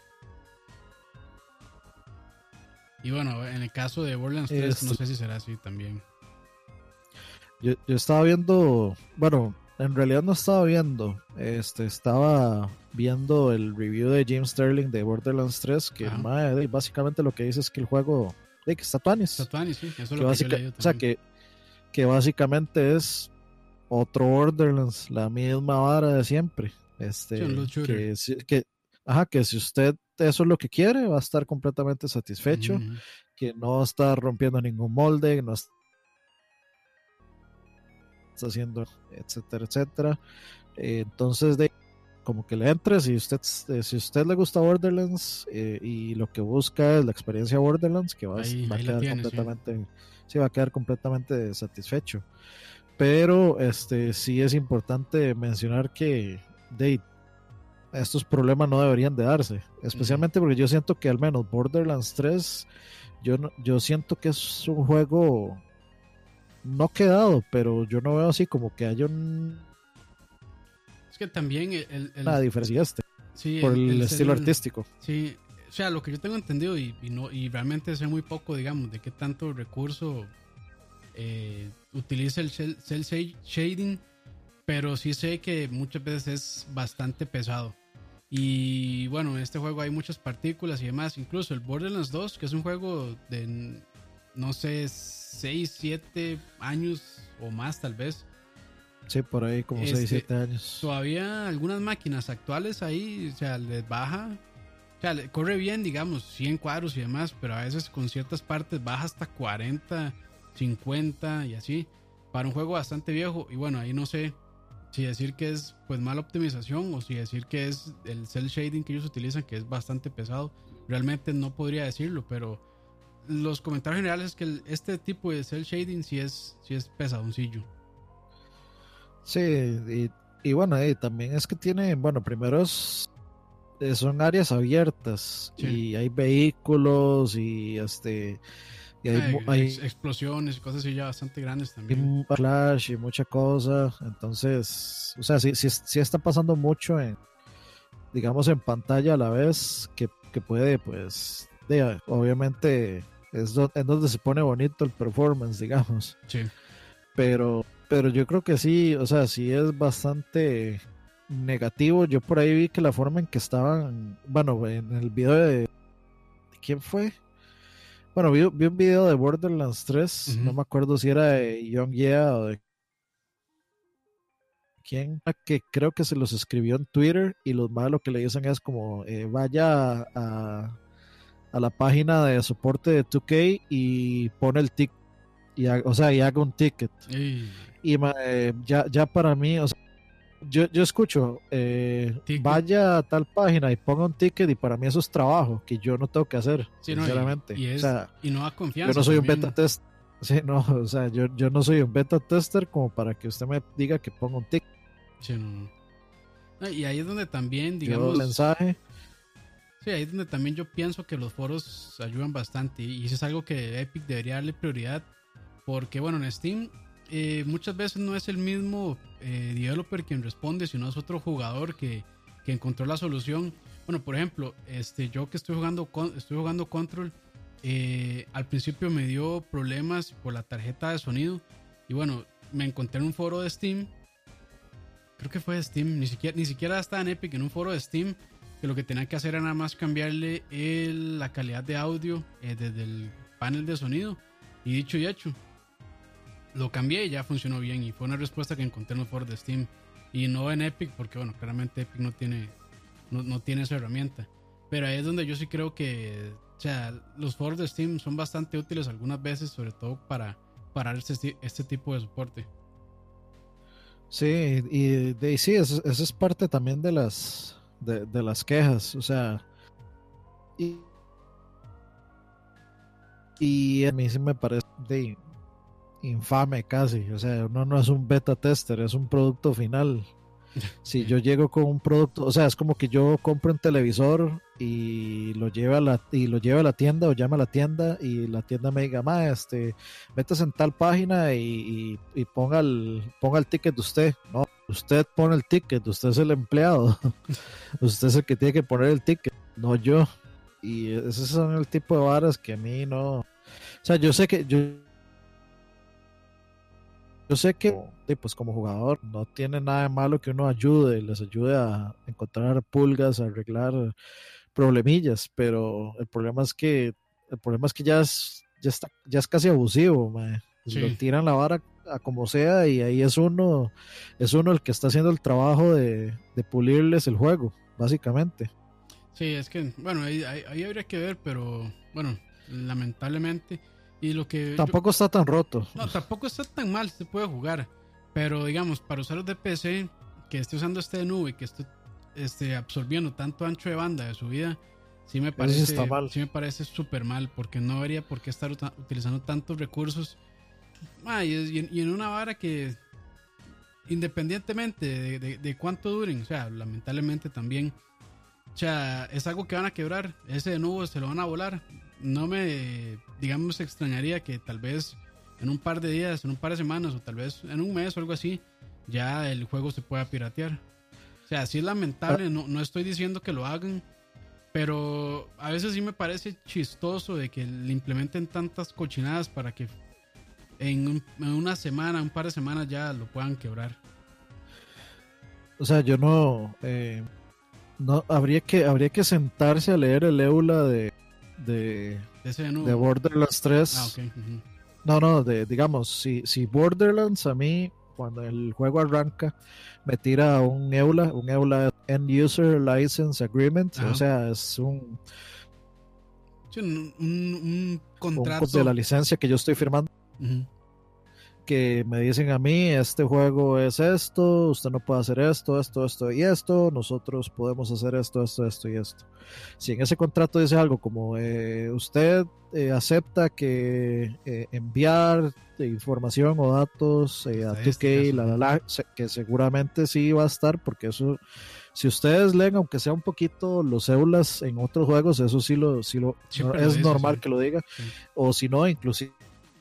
Y bueno, en el caso de Borderlands tres este, no sé si será así también. Yo, yo estaba viendo, bueno, en realidad no estaba viendo, este estaba viendo el review de James Sterling de Borderlands tres, que madre, básicamente lo que dice es que el juego de que está tuanis. Está tuanis, sí, eso es que lo básica, que yo o sea que que básicamente es otro Borderlands, la misma vara de siempre. Este, sí, que, que, ajá, que si usted eso es lo que quiere, va a estar completamente satisfecho, uh-huh. que no está rompiendo ningún molde, no está haciendo, etcétera, etcétera. Eh, entonces, de, como que le entre, si usted, eh, si usted le gusta Borderlands eh, y lo que busca es la experiencia Borderlands, que va, ahí, va a ahí quedar tienes, completamente, sí. sí, va a quedar completamente satisfecho. Pero este sí es importante mencionar que de, estos problemas no deberían de darse, especialmente uh-huh. porque yo siento que al menos Borderlands tres, yo, yo siento que es un juego no quedado, pero yo no veo así como que haya un... Es que también el, el, una diferencia este, sí, por el, el, el estilo ser, artístico. Sí, o sea, lo que yo tengo entendido y, y, no, y realmente sé muy poco, digamos, de qué tanto recurso eh, utiliza el cel, cel shading, pero sí sé que muchas veces es bastante pesado. Y bueno, en este juego hay muchas partículas y demás. Incluso el Borderlands dos, que es un juego de no sé, seis, siete años o más tal vez. Sí, por ahí como Este, seis, siete años. Todavía algunas máquinas actuales ahí, o sea, les baja, o sea, le corre bien, digamos, cien cuadros y demás, pero a veces con ciertas partes baja hasta cuarenta, cincuenta y así, para un juego bastante viejo. Y bueno, ahí no sé si decir que es pues mala optimización o si decir que es el cel shading que ellos utilizan, que es bastante pesado. Realmente no podría decirlo, pero los comentarios generales es que el- este tipo de cel shading sí es, sí es pesadoncillo. Sí, y, y bueno, y también es que tiene, bueno, primero es, eh, son áreas abiertas Sí. y hay vehículos y este y hay, mu- Ay, ex- hay, explosiones y cosas así ya bastante grandes hay también. mu- flash y mucha cosa, entonces, o sea, sí, sí, sí está pasando mucho en, digamos, en pantalla a la vez que, que puede, pues, de- obviamente es, do- es donde se pone bonito el performance, digamos. Sí. Pero, pero yo creo que sí, o sea, sí es bastante negativo. Yo por ahí vi que la forma en que estaban, bueno, en el video de, ¿de quién fue? Bueno, vi, vi un video de Borderlands tres, no Ujú. me acuerdo si era de Young Yeah o de quién, que creo que se los escribió en Twitter y los más lo que le dicen es como, eh, vaya a, a la página de soporte de dos K y pone el ticket, y ha- o sea, y haga un ticket. Y Y ma- eh, ya, ya para mí, o sea, yo, yo escucho, eh, ticket. vaya a tal página y ponga un ticket y para mí eso es trabajo que yo no tengo que hacer, Sí, no, y, sinceramente. y O es sea, y no da yo no confianza soy un beta también. test, sí, no, o sea, yo, yo no soy un beta tester como para que usted me diga que ponga un ticket. Sí, no, no. No, y ahí es donde también, Yo el digamos, mensaje, sí, ahí es donde también yo pienso que los foros ayudan bastante. Y eso es algo que Epic debería darle prioridad. Porque, bueno, en Steam eh, muchas veces no es el mismo eh, developer quien responde, sino es otro jugador que, que encontró la solución. Bueno, por ejemplo, este, yo que estoy jugando, con, estoy jugando Control, eh, al principio me dio problemas por la tarjeta de sonido. Y bueno, me encontré en un foro de Steam. Creo que fue de Steam, ni siquiera, ni siquiera estaba en Epic, en un foro de Steam, que lo que tenía que hacer era nada más cambiarle el- la calidad de audio eh, desde el panel de sonido. Y dicho y hecho, lo cambié y ya funcionó bien. Y fue una respuesta que encontré en los foros de Steam. Y no en Epic, porque bueno, claramente Epic no tiene, no, no tiene esa herramienta. Pero ahí es donde yo sí creo que, o sea, los foros de Steam son bastante útiles algunas veces, sobre todo para, para este, este tipo de soporte. sí, y de, y sí, eso, eso es parte también de las, de, de las quejas, o sea, y, y a mí sí me parece de infame casi, o sea, uno no es un beta tester, es un producto final. Si Sí, yo llego con un producto, o sea, es como que yo compro un televisor y lo lleve a la, y lo lleve a la tienda o llame a la tienda y la tienda me diga, ma, este, métase en tal página y, y, y ponga el, ponga el ticket de usted. No, usted pone el ticket, usted es el empleado, usted es el que tiene que poner el ticket, no yo. Y esos son el tipo de varas que a mí no, o sea, yo sé que yo Yo sé que, eh, pues como jugador, no tiene nada de malo que uno ayude, les ayude a encontrar pulgas, a arreglar problemillas, pero el problema es que, el problema es que ya es, ya está, ya es casi abusivo, mae. Lo sí. tiran la vara a como sea y ahí es uno, es uno el que está haciendo el trabajo de, de pulirles el juego, básicamente. Sí, es que, bueno, ahí, ahí, ahí habría que ver, pero bueno, lamentablemente. Y lo que yo, Tampoco está tan roto. no, tampoco está tan mal, se puede jugar. Pero digamos, para usuarios de P C que esté usando este de nube, que esté este, absorbiendo tanto ancho de banda de su vida, sí me Eso sí está parece, mal. sí me parece súper mal, porque no debería por qué estar uta- utilizando tantos recursos. Ah, y, es- y en, y en una vara que, independientemente de, de- de cuánto duren, o sea, lamentablemente también, o sea, es algo que van a quebrar. Ese de nuevo se lo van a volar. No me, digamos, extrañaría que tal vez en un par de días, en un par de semanas o tal vez en un mes o algo así, ya el juego se pueda piratear. O sea, sí es Ah, lamentable, no, no estoy diciendo que lo hagan, pero a veces sí me parece chistoso de que le implementen tantas cochinadas para que en, un- en una semana, un par de semanas ya lo puedan quebrar. o sea, yo no, eh, no habría que, habría que sentarse a leer el EULA de de, de, ese menú. de Borderlands tres. Ah, ok. Uh-huh. No, no, de, digamos, si, si Borderlands a mí, cuando el juego arranca, me tira un E U L A, un E U L A End User License Agreement, Ajá. o sea, es un, sí, un, un, un contrato un de la licencia que yo estoy firmando. Uh-huh. Que me dicen a mí, este juego es esto, usted no puede hacer esto, esto, esto y esto, nosotros podemos hacer esto, esto, esto y esto. Si en ese contrato dice algo como eh, usted eh, acepta que eh, enviar información o datos eh, a dos K, la, la, la, que seguramente sí va a estar, porque eso, si ustedes leen, aunque sea un poquito los E U L As en otros juegos, eso sí lo, sí lo sí, no, es dice, normal sí. que lo diga, sí. o si no, inclusive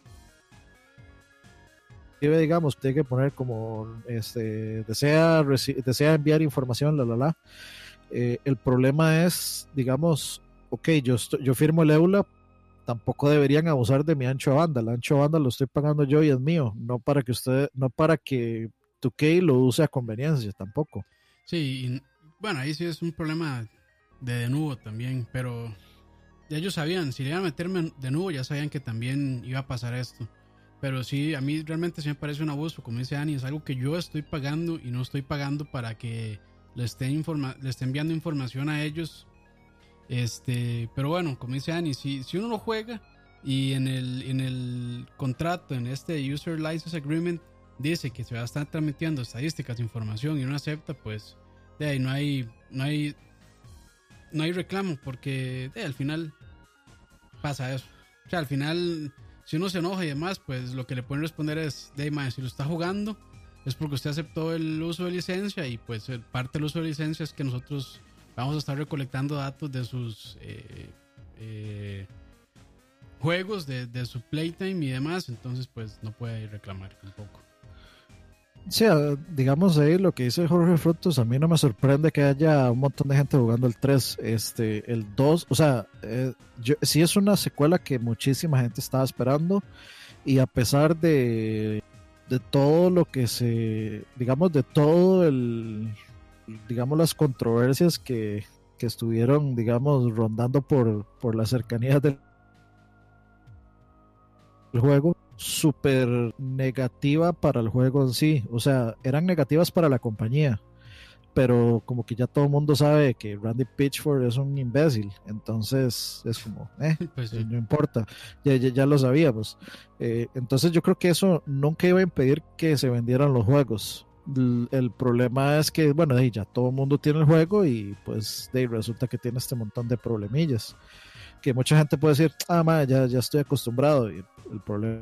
digamos, tiene que poner como este, desea, reci- desea enviar información, la, la, la. Eh, el problema es, digamos, ok, yo, estoy, yo firmo el E U L A, tampoco deberían abusar de mi ancho de banda. El ancho de banda lo estoy pagando yo y es mío, no para que usted, no para que dos K lo use a conveniencia, tampoco. Sí, y, bueno, ahí sí es un problema de Denuvo también, pero ya ellos sabían, si le iban a meterme de nuevo, ya sabían que también iba a pasar esto. Pero sí, a mí realmente sí me parece un abuso, como dice Ani, es algo que yo estoy pagando y no estoy pagando para que le esté, informa- le esté enviando información a ellos. Este, pero bueno, como dice Ani, si, si uno lo juega y en el, en el contrato, en este User License Agreement, dice que se va a estar transmitiendo estadísticas, información y uno acepta, pues de ahí no hay, no hay, no hay reclamo, porque de, al final pasa eso. O sea, al final, si uno se enoja y demás, pues lo que le pueden responder es, de man, si lo está jugando es porque usted aceptó el uso de licencia y pues parte del uso de licencia es que nosotros vamos a estar recolectando datos de sus eh, eh, juegos, de, de su playtime y demás, entonces pues no puede reclamar tampoco. O sea, digamos ahí lo que dice Jorge Frutos, a mí no me sorprende que haya un montón de gente jugando el tres, este, el dos, o sea, eh, yo, sí es una secuela que muchísima gente estaba esperando y a pesar de, de todo lo que se, digamos, de todo el, digamos, las controversias que, que estuvieron, digamos, rondando por, por las cercanías del juego, súper negativa para el juego en sí, o sea, eran negativas para la compañía, pero como que ya todo el mundo sabe que Randy Pitchford es un imbécil, entonces es como, eh, pues sí. no importa, ya, ya, ya lo sabíamos, eh, entonces yo creo que eso nunca iba a impedir que se vendieran los juegos. El, el problema es que, bueno, ya todo el mundo tiene el juego y pues de, resulta que tiene este montón de problemillas, que mucha gente puede decir, ah, ma, ya, ya estoy acostumbrado, y el problema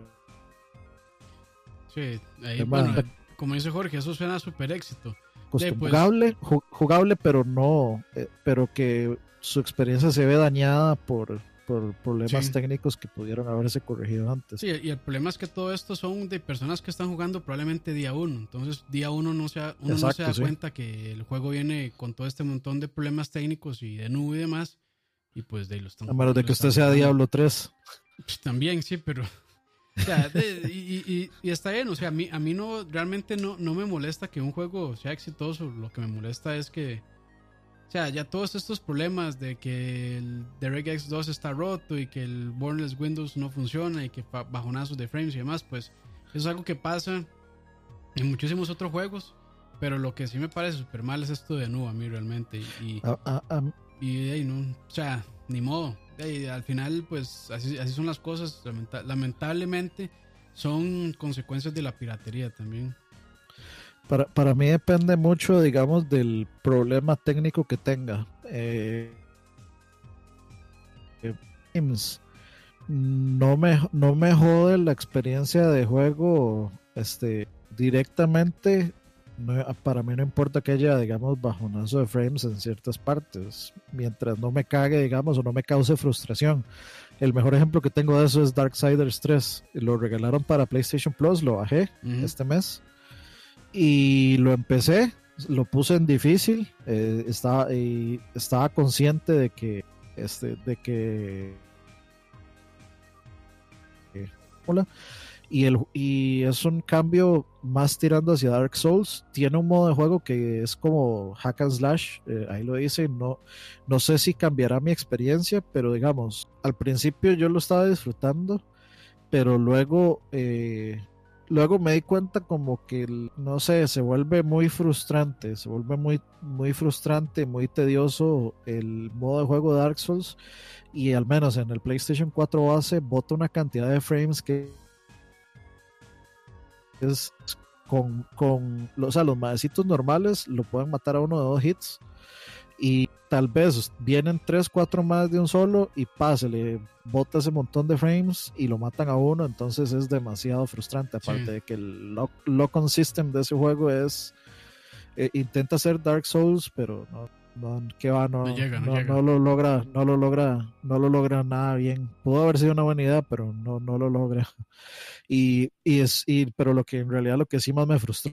sí, ahí, bueno, como dice Jorge, eso suena súper éxito. Jugable, pues, jugable, pero no, eh, pero que su experiencia se ve dañada por, por problemas sí. técnicos que pudieron haberse corregido antes. Sí, y el problema es que todo esto son de personas que están jugando probablemente día uno, entonces día uno no se, uno Exacto, no se da sí. cuenta que el juego viene con todo este montón de problemas técnicos y de nube y demás, y pues de ahí lo están A menos de que usted sea Diablo tres. Pues, también, sí, pero... O sea, de, y, y, y está bien, o sea, a mí, a mí no, realmente no, no me molesta que un juego sea exitoso, lo que me molesta es que, o sea, ya todos estos problemas de que el DirectX dos está roto y que el Borderless Windows no funciona y que bajonazos de frames y demás, pues eso es algo que pasa en muchísimos otros juegos, pero lo que sí me parece súper mal es esto de nuevo a mí realmente, y, uh, uh, um. y, y no, o sea, ni modo. Y al final pues así, así son las cosas, lamenta- lamentablemente son consecuencias de la piratería también. Para, para mí depende mucho, digamos, del problema técnico que tenga. Eh, eh, no me no me jode la experiencia de juego este directamente. No, para mí no importa que haya, digamos, bajonazo de frames en ciertas partes, mientras no me cague, digamos, o no me cause frustración. El mejor ejemplo que tengo de eso es Darksiders tres. Lo regalaron para PlayStation Plus, lo bajé uh-huh. este mes y lo empecé, lo puse en difícil. Eh, estaba, y estaba consciente de que, este, de que, eh, hola. Y, el, y es un cambio más tirando hacia Dark Souls. Tiene un modo de juego que es como hack and slash, eh, ahí lo dice. No, no sé si cambiará mi experiencia, pero digamos, al principio yo lo estaba disfrutando, pero luego, eh, luego me di cuenta como que, no sé, se vuelve muy frustrante, se vuelve muy, muy frustrante, muy tedioso el modo de juego de Dark Souls. Y al menos en el PlayStation cuatro base bota una cantidad de frames que es con, con o sea, los maecitos normales lo pueden matar a uno de dos hits, y tal vez vienen tres, cuatro más de un solo y pase, le bota ese montón de frames y lo matan a uno. Entonces es demasiado frustrante, aparte sí. de que el lock, lock on system de ese juego es eh, intenta hacer Dark Souls, pero no, no que va, no, no, llega, no, no, llega. no lo logra, no lo logra, no lo logra nada bien. Pudo haber sido una buena idea, pero no, no lo logra. Y, y es, y, pero lo que en realidad lo que sí más me frustró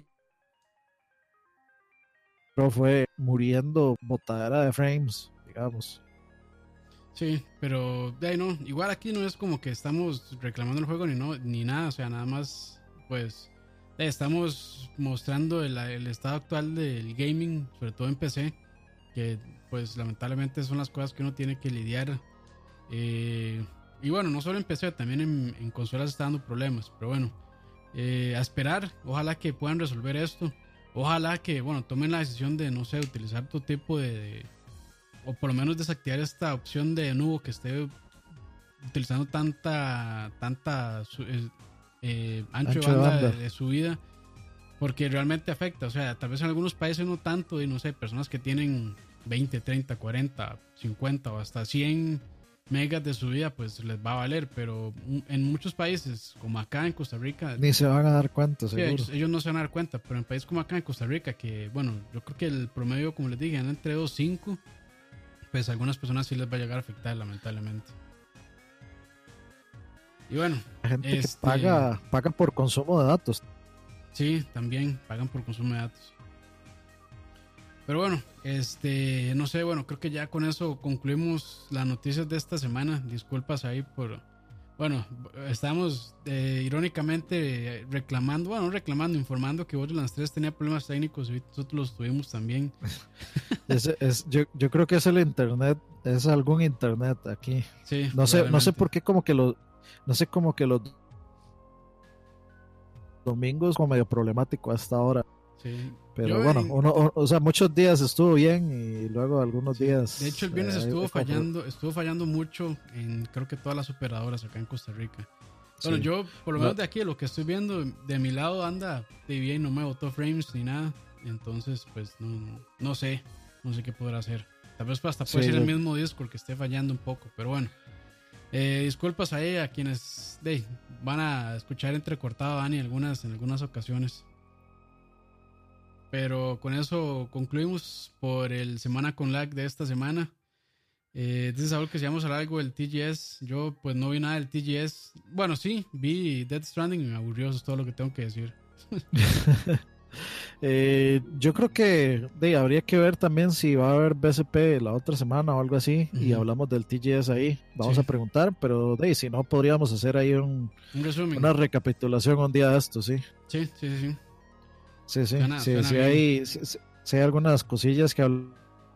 fue muriendo botadera de frames, digamos. Sí, pero de ahí no, igual aquí no es como que estamos reclamando el juego ni no, ni nada, o sea, nada más pues eh, estamos mostrando el, el estado actual del gaming, sobre todo en P C, que pues lamentablemente son las cosas que uno tiene que lidiar. Eh, y bueno, no solo en P C, también en, en consolas está dando problemas, pero bueno, eh, a esperar, ojalá que puedan resolver esto. Ojalá que, bueno, tomen la decisión de, no sé, utilizar otro tipo de, de o por lo menos desactivar esta opción de nubo que esté utilizando tanta, tanta eh, eh, ancho, ancho de banda, de, banda. De, de subida, porque realmente afecta. O sea, tal vez en algunos países no tanto, y no sé, personas que tienen veinte, treinta, cuarenta, cincuenta o hasta cien megas de subida, pues les va a valer, pero en muchos países como acá en Costa Rica ni se van a dar cuenta, sí, seguro. ellos, ellos no se van a dar cuenta, pero en países como acá en Costa Rica, que bueno, yo creo que el promedio, como les dije, anda entre dos y cinco, pues a algunas personas sí les va a llegar a afectar, lamentablemente. Y bueno, la gente este, que paga paga por consumo de datos. Sí, también pagan por consumo de datos. Pero bueno, este, no sé, bueno, creo que ya con eso concluimos las noticias de esta semana. Disculpas ahí por, bueno, estamos eh, irónicamente reclamando, bueno, no reclamando, informando que Borderlands tres tenía problemas técnicos y nosotros los tuvimos también. es, es, yo, yo creo que es el internet, es algún internet aquí. Sí, no sé, no sé por qué como que los, no sé como que los domingos como medio problemático hasta ahora. Sí. Pero Yo, bueno, en... uno, o, o sea, muchos días estuvo bien y luego algunos sí. días. De hecho, el viernes eh, estuvo eh, fallando, estuvo fallando mucho en creo que todas las operadoras acá en Costa Rica. Bueno, sí. Yo, por lo menos de aquí, lo que estoy viendo, de mi lado anda de bien, no me botó frames ni nada. Entonces, pues, no, no sé, no sé qué podrá hacer. Tal vez hasta puede sí, ser el mismo Discord que esté fallando un poco, pero bueno. Eh, disculpas a ella, a quienes de, van a escuchar entrecortado a Dani algunas, en algunas ocasiones. Pero con eso concluimos por el Semana con Lag de esta semana. Eh, dice Saúl que si vamos a hablar algo del T G S. Yo pues no vi nada del T G S. Bueno, sí, vi Death Stranding y me aburrió, eso es todo lo que tengo que decir. eh, yo creo que de, habría que ver también si va a haber B S P la otra semana o algo así, uh-huh. Y hablamos del T G S ahí. Vamos sí. a preguntar, pero de, si no podríamos hacer ahí un, un resumen, una recapitulación un día de esto, sí. Sí, sí, sí, sí. Sí, sí, suena, sí, suena sí, hay, sí, sí hay algunas cosillas que hablar,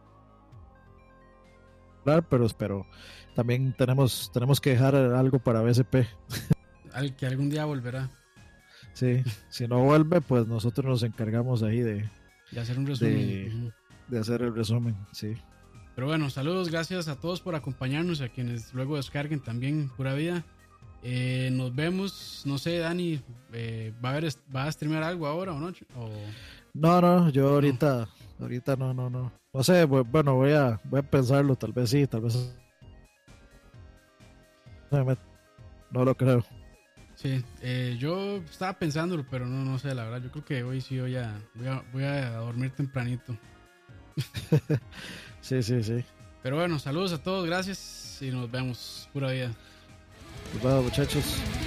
pero, pero también tenemos, tenemos que dejar algo para B S P. Al que algún día volverá. Sí, si no vuelve, pues nosotros nos encargamos ahí de, de hacer un resumen. De, uh-huh. de hacer el resumen, sí. Pero bueno, saludos, gracias a todos por acompañarnos, a quienes luego descarguen también Pura Vida. Eh, nos vemos, no sé, Dani, eh, ¿va a haber, va a streamear algo ahora o no? O... No, no, yo ahorita, no. ahorita no, no, no. No sé, bueno, voy a, voy a pensarlo, tal vez sí, tal vez no lo creo. Sí, eh, yo estaba pensándolo, pero no, no sé, la verdad, yo creo que hoy sí voy a, voy a, voy a dormir tempranito. Sí, sí, sí. Pero bueno, saludos a todos, gracias y nos vemos. Pura vida. Pues bueno, muchachos.